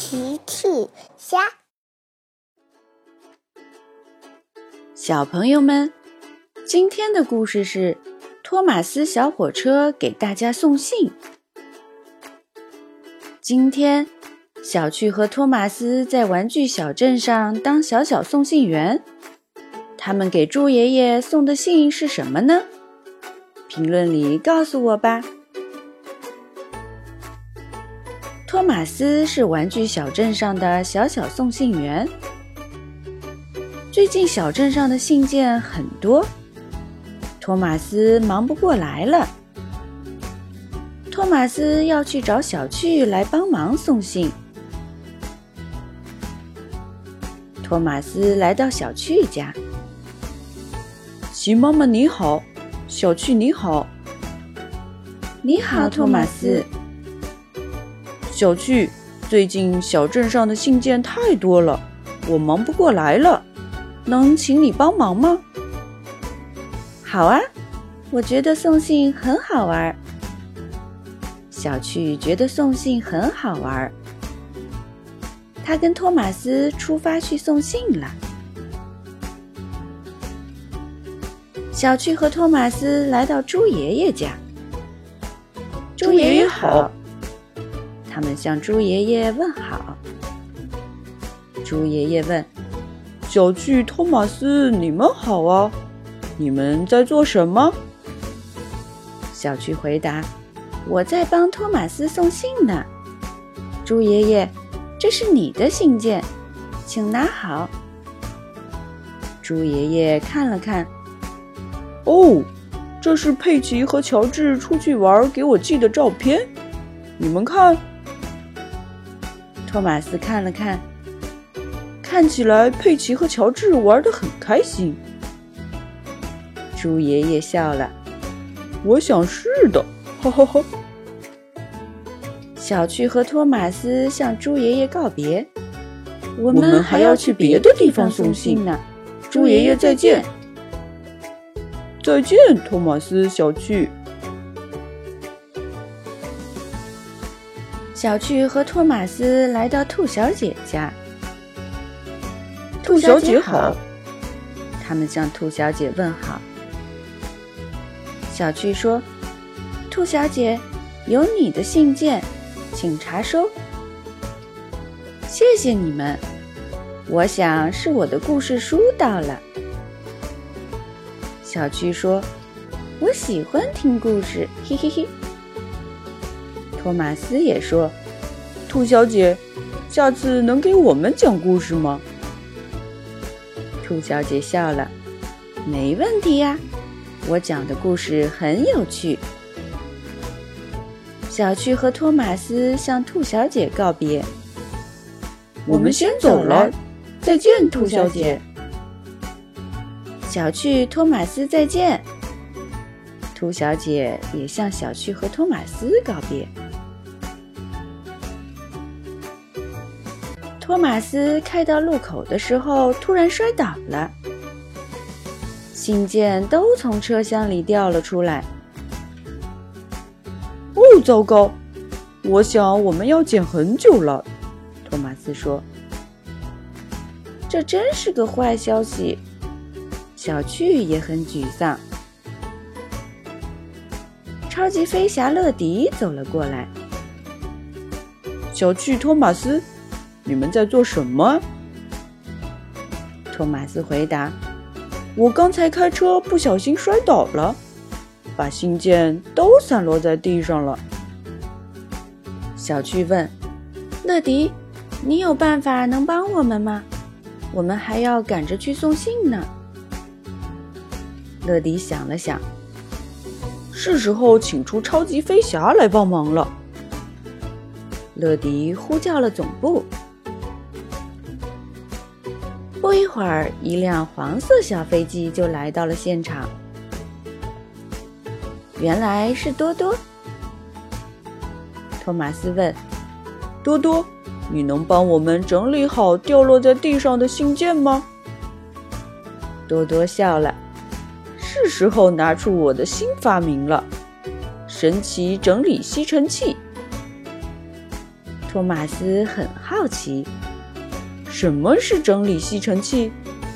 奇趣虾。 小朋友们，今天的故事是托马斯小火车给大家送信。今天，小趣和托马斯在玩具小镇上当小送信员。他们给猪爷爷送的信是什么呢？评论里告诉我吧。托马斯是玩具小镇上的小送信员。最近小镇上的信件很多，托马斯忙不过来了。托马斯要去找小趣来帮忙送信。托马斯来到小趣家。 齐妈妈你好，小趣你好。 你好，托马斯。 小趣，最近小镇上的信件太多了，我忙不过来了，能请你帮忙吗？ 好啊，我觉得送信很好玩。小趣觉得送信很好玩，他跟托马斯出发去送信了。小趣和托马斯来到猪爷爷家。 猪爷爷好。 他们向猪爷爷问好。猪爷爷问： 小趣、托马斯，你们好啊，你们在做什么？ 小趣回答：我在帮托马斯送信呢。猪爷爷，这是你的信件，请拿好。猪爷爷看了看， 哦，这是佩奇和乔治出去玩给我寄的照片，你们看。 托马斯看了看， 看起来佩奇和乔治玩得很开心。 猪爷爷笑了， 我想是的，哈哈哈。 小趣和托马斯向猪爷爷告别， 我们还要去别的地方送信呢。猪爷爷再见。再见，托马斯，小趣。 小趣和托马斯来到兔小姐家。 兔小姐好。 他们向兔小姐问好。小趣说：兔小姐，有你的信件，请查收。谢谢你们，我想是我的故事书到了。小趣说：我喜欢听故事，嘿嘿嘿。托马斯也说： 兔小姐，下次能给我们讲故事吗？ 兔小姐笑了，没问题呀，我讲的故事很有趣。小趣和托马斯向兔小姐告别。 我们先走了，再见，兔小姐。 小趣、托马斯再见。兔小姐也向小趣和托马斯告别。托马斯开到路口的时候，突然摔倒了，信件都从车厢里掉了出来。 哦，糟糕！我想我们要捡很久了，托马斯说。 这真是个坏消息。小趣也很沮丧。超级飞侠乐迪走了过来。 小趣、托马斯，你们在做什么？ 托马斯回答： 我刚才开车不小心摔倒了，把信件都散落在地上了。 小趣问：乐迪，你有办法能帮我们吗？我们还要赶着去送信呢。乐迪想了想， 是时候请出超级飞侠来帮忙了。 乐迪呼叫了总部。不一会儿，一辆黄色小飞机就来到了现场。原来是多多。托马斯问： 多多，你能帮我们整理好掉落在地上的信件吗？ 多多笑了， 是时候拿出我的新发明了，神奇整理吸尘器。 托马斯很好奇， 什么是整理吸尘器？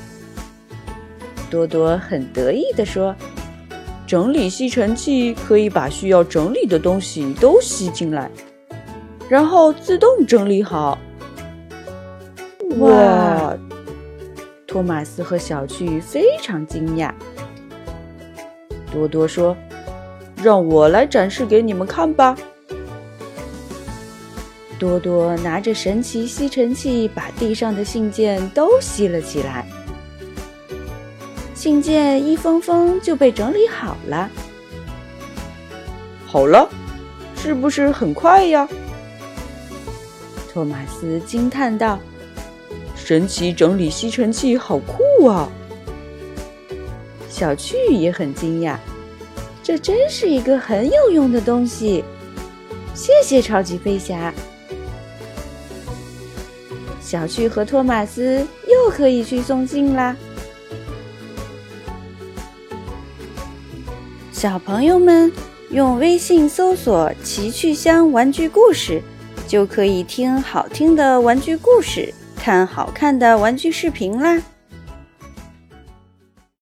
多多很得意地说， 整理吸尘器可以把需要整理的东西都吸进来，然后自动整理好。 哇！托马斯和小趣非常惊讶。 多多说，让我来展示给你们看吧。 多多拿着神奇吸尘器，把地上的信件都吸了起来。信件一封封就被整理好了。 好了，是不是很快呀？ 托马斯惊叹道：“ 神奇整理吸尘器好酷啊！” 小趣也很惊讶，这真是一个很有用的东西。谢谢超级飞侠。小趣和托马斯又可以去送信啦。小朋友们用微信搜索“奇趣箱玩具故事”，就可以听好听的玩具故事，看好看的玩具视频啦。